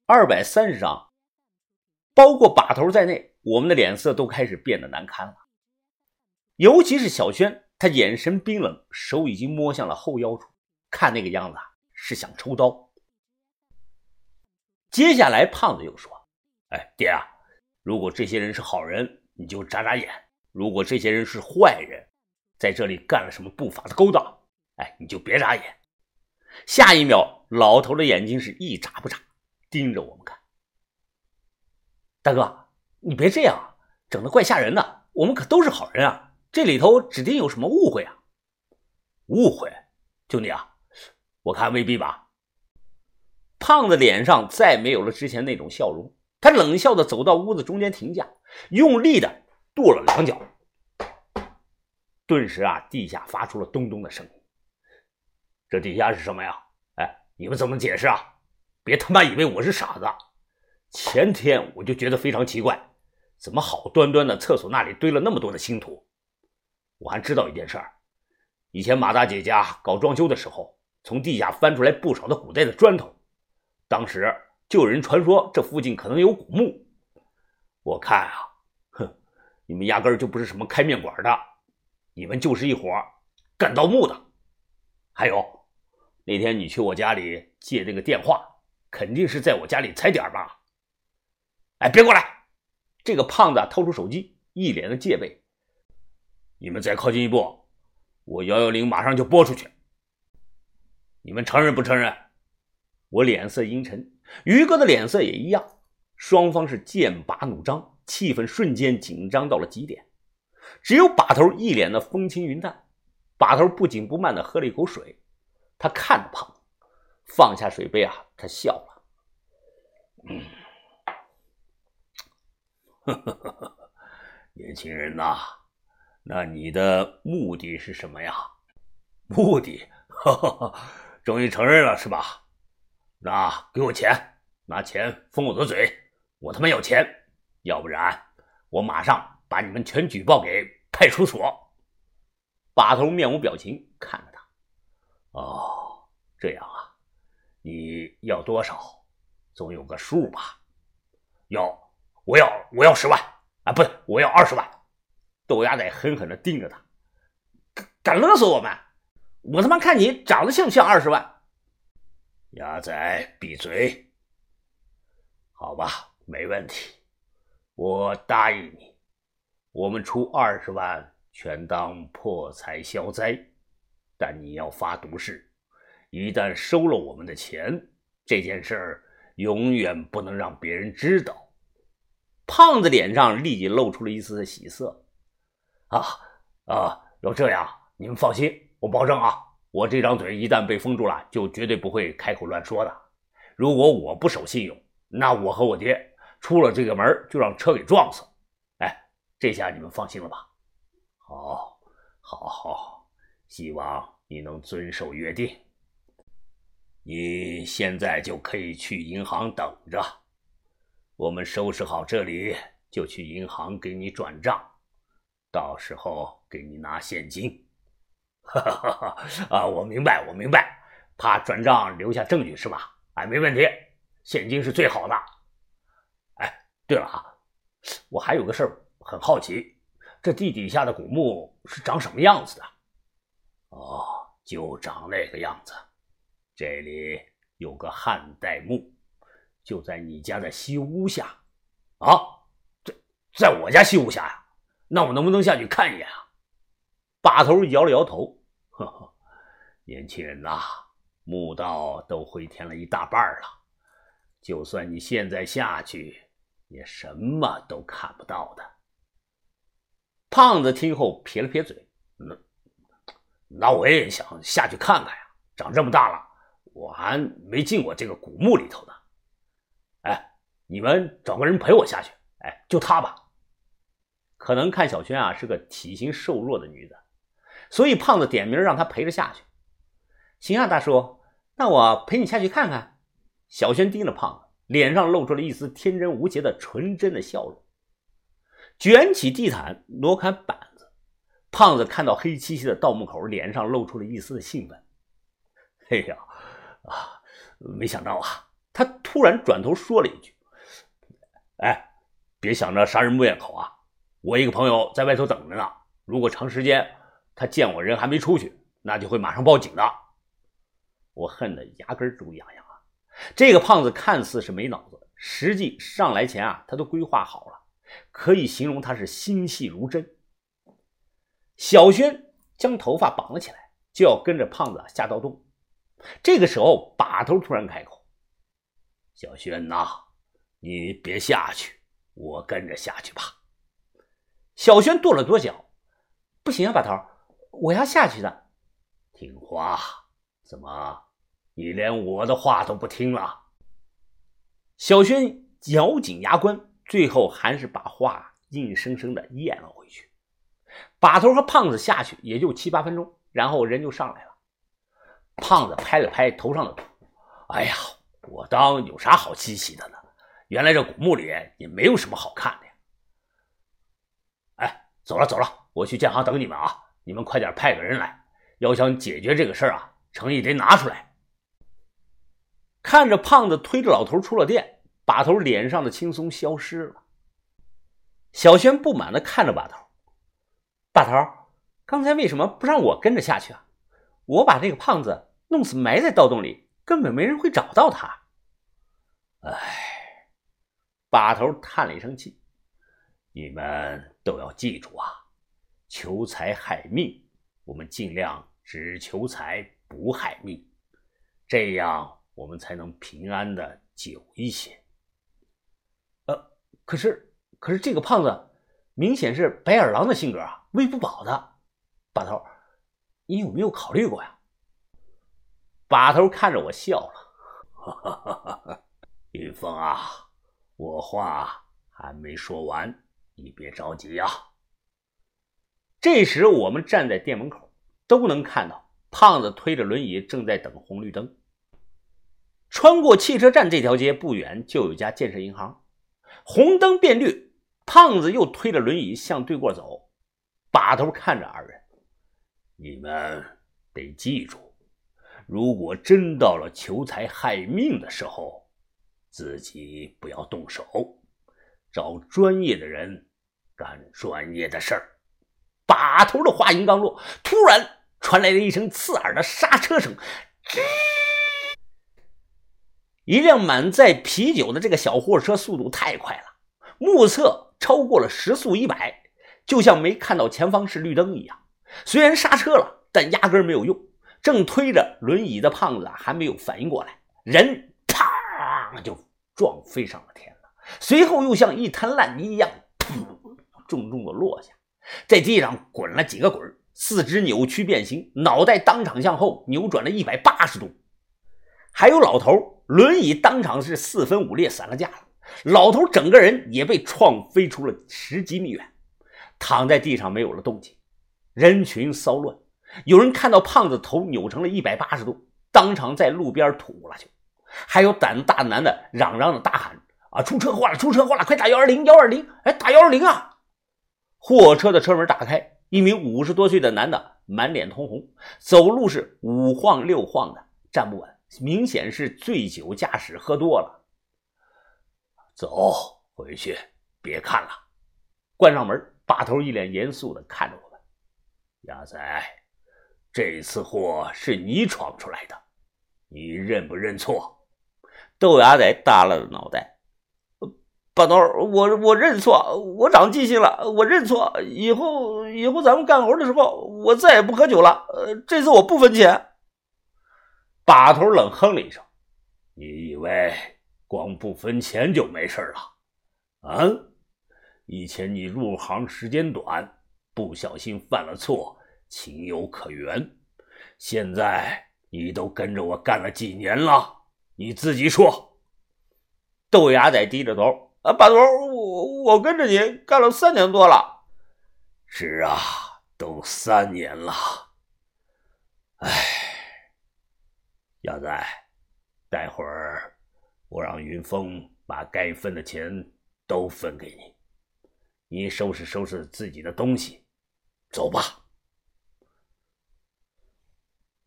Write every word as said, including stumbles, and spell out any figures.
二百三十张，包括把头在内，我们的脸色都开始变得难堪了。尤其是小轩，他眼神冰冷，手已经摸向了后腰处，看那个样子是想抽刀。接下来胖子又说：哎，爹啊，如果这些人是好人，你就眨眨眼；如果这些人是坏人，在这里干了什么不法的勾当，哎，你就别眨眼。下一秒，老头的眼睛是一眨不眨，盯着我们看。大哥，你别这样，整得怪吓人的，我们可都是好人啊，这里头指定有什么误会啊。误会？就你啊？我看未必吧。胖子脸上再没有了之前那种笑容，他冷笑地走到屋子中间停下，用力地跺了两脚。顿时啊，地下发出了咚咚的声音。这底下是什么呀？哎，你们怎么解释啊？别他妈以为我是傻子。前天我就觉得非常奇怪，怎么好端端的厕所那里堆了那么多的星土？我还知道一件事儿，以前马大姐家搞装修的时候，从地下翻出来不少的古代的砖头，当时就有人传说这附近可能有古墓。我看啊，哼，你们压根儿就不是什么开面馆的，你们就是一伙干盗墓的。还有，那天你去我家里借那个电话，肯定是在我家里踩点吧？哎，别过来！这个胖子掏出手机，一脸的戒备。你们再靠近一步，我一一零马上就拨出去。你们承认不承认？我脸色阴沉，于哥的脸色也一样，双方是剑拔弩张，气氛瞬间紧张到了极点。只有把头一脸的风轻云淡。把头不紧不慢地喝了一口水，他看着胖子，放下水杯啊，他笑了。嗯，呵呵呵，年轻人呐、啊，那你的目的是什么呀？目的？呵呵呵，终于承认了是吧？那给我钱，拿钱封我的嘴，我他妈要钱，要不然我马上把你们全举报给派出所。把头面无表情看着他。哦，这样啊，你要多少？总有个数吧？要，我要，我要十万啊！不对，我要二十万。豆芽仔狠狠地盯着他，敢勒索我们？我他妈看你长得像不像二十万？芽仔，闭嘴！好吧，没问题，我答应你，我们出二十万。全当破财消灾，但你要发毒誓，一旦收了我们的钱，这件事儿永远不能让别人知道。胖子脸上立即露出了一丝的喜色。啊啊，要这样，你们放心，我保证啊，我这张嘴一旦被封住了，就绝对不会开口乱说的。如果我不守信用，那我和我爹出了这个门就让车给撞死。哎，这下你们放心了吧？好，好，好，希望你能遵守约定。你现在就可以去银行等着，我们收拾好这里，就去银行给你转账，到时候给你拿现金。哈哈哈！啊，我明白，我明白，怕转账留下证据是吧？哎，没问题，现金是最好的。哎，对了啊，我还有个事儿很好奇。这地底下的古墓是长什么样子的？哦，就长那个样子。这里有个汉代墓，就在你家的西屋下。啊，在在我家西屋下呀？那我能不能下去看一眼啊？把头摇了摇头，呵呵，年轻人呐、啊，墓道都回填了一大半了，就算你现在下去，也什么都看不到的。胖子听后撇了撇嘴，那那我也想下去看看呀，长这么大了，我还没进过这个古墓里头呢。哎，你们找个人陪我下去，哎，就他吧。可能看小轩啊是个体型瘦弱的女子，所以胖子点名让他陪着下去。行啊，大叔，那我陪你下去看看。小轩盯着胖子，脸上露出了一丝天真无邪的纯真的笑容。卷起地毯，挪开板子，胖子看到黑漆漆的盗墓口，脸上露出了一丝的兴奋。嘿呀，啊，没想到啊，他突然转头说了一句：“哎，别想着杀人不咽口啊！我一个朋友在外头等着呢，如果长时间他见我人还没出去，那就会马上报警的。”我恨得牙根都痒痒啊！这个胖子看似是没脑子，实际上来前啊，他都规划好了，可以形容他是心细如针。小轩将头发绑了起来，就要跟着胖子下盗洞。这个时候，把头突然开口：“小轩呐，你别下去，我跟着下去吧。”小轩跺了跺脚：“不行啊，把头，我要下去的。”“听话？怎么，你连我的话都不听了？”小轩咬紧牙关，最后还是把话硬生生的咽了回去。把头和胖子下去也就七八分钟，然后人就上来了。胖子拍了拍头上的土：“哎呀，我当有啥好稀奇的呢？原来这古墓里也没有什么好看的呀。哎，走了走了，我去建行等你们啊！你们快点派个人来，要想解决这个事儿啊，诚意得拿出来。”看着胖子推着老头出了店，把头脸上的轻松消失了。小轩不满地看着把头：“把头，刚才为什么不让我跟着下去啊？我把这个胖子弄死埋在盗洞里，根本没人会找到他。”哎，把头叹了一声气：“你们都要记住啊，求财害命，我们尽量只求财不害命，这样我们才能平安的久一些。”呃，可是可是这个胖子明显是白眼狼的性格啊，喂不饱的。把头，你有没有考虑过呀？把头看着我笑了：“哈哈哈哈，云峰啊，我话还没说完，你别着急啊。”这时我们站在店门口，都能看到胖子推着轮椅正在等红绿灯。穿过汽车站这条街不远就有家建设银行，红灯变绿，胖子又推着轮椅向对过走。把头看着二人：“你们得记住，如果真到了求财害命的时候，自己不要动手，找专业的人干专业的事儿。”把头的话音刚落，突然传来了一声刺耳的刹车声，一辆满载啤酒的这个小货车速度太快了，目测超过了时速一百，就像没看到前方是绿灯一样。虽然刹车了，但压根没有用。正推着轮椅的胖子还没有反应过来，人啪就撞飞上了天了，随后又像一滩烂泥一样重重的落下，在地上滚了几个滚，四肢扭曲变形，脑袋当场向后扭转了一百八十度。还有老头，轮椅当场是四分五裂散了架了，老头整个人也被撞飞出了十几米远，躺在地上没有了动静。人群骚乱，有人看到胖子头扭成了一百八十度，当场在路边吐了去。还有胆大男的嚷嚷的大喊：“啊，出车祸了，出车祸了，快打一二零，一二零，哎，打一二零啊！”货车的车门打开，一名五十多岁的男的满脸通红，走路是五晃六晃的，站不稳，明显是醉酒驾驶喝多了。“走，回去，别看了。”关上门，把头一脸严肃地看着我们：“亚仔，这次祸是你闯出来的，你认不认错？”豆芽仔耷拉着脑袋：“把头，我我认错，我长记性了，我认错，以后以后咱们干活的时候，我再也不喝酒了。呃，这次我不分钱。”把头冷哼了一声：“你以为光不分钱就没事了？啊？以前你入行时间短，不小心犯了错，情有可原。现在你都跟着我干了几年了，你自己说。”豆芽仔低着头：“啊，把头，我我跟着你干了三年多了。”“是啊，都三年了。哎，亚仔，待会儿我让云峰把该分的钱都分给你，你收拾收拾自己的东西，走吧。”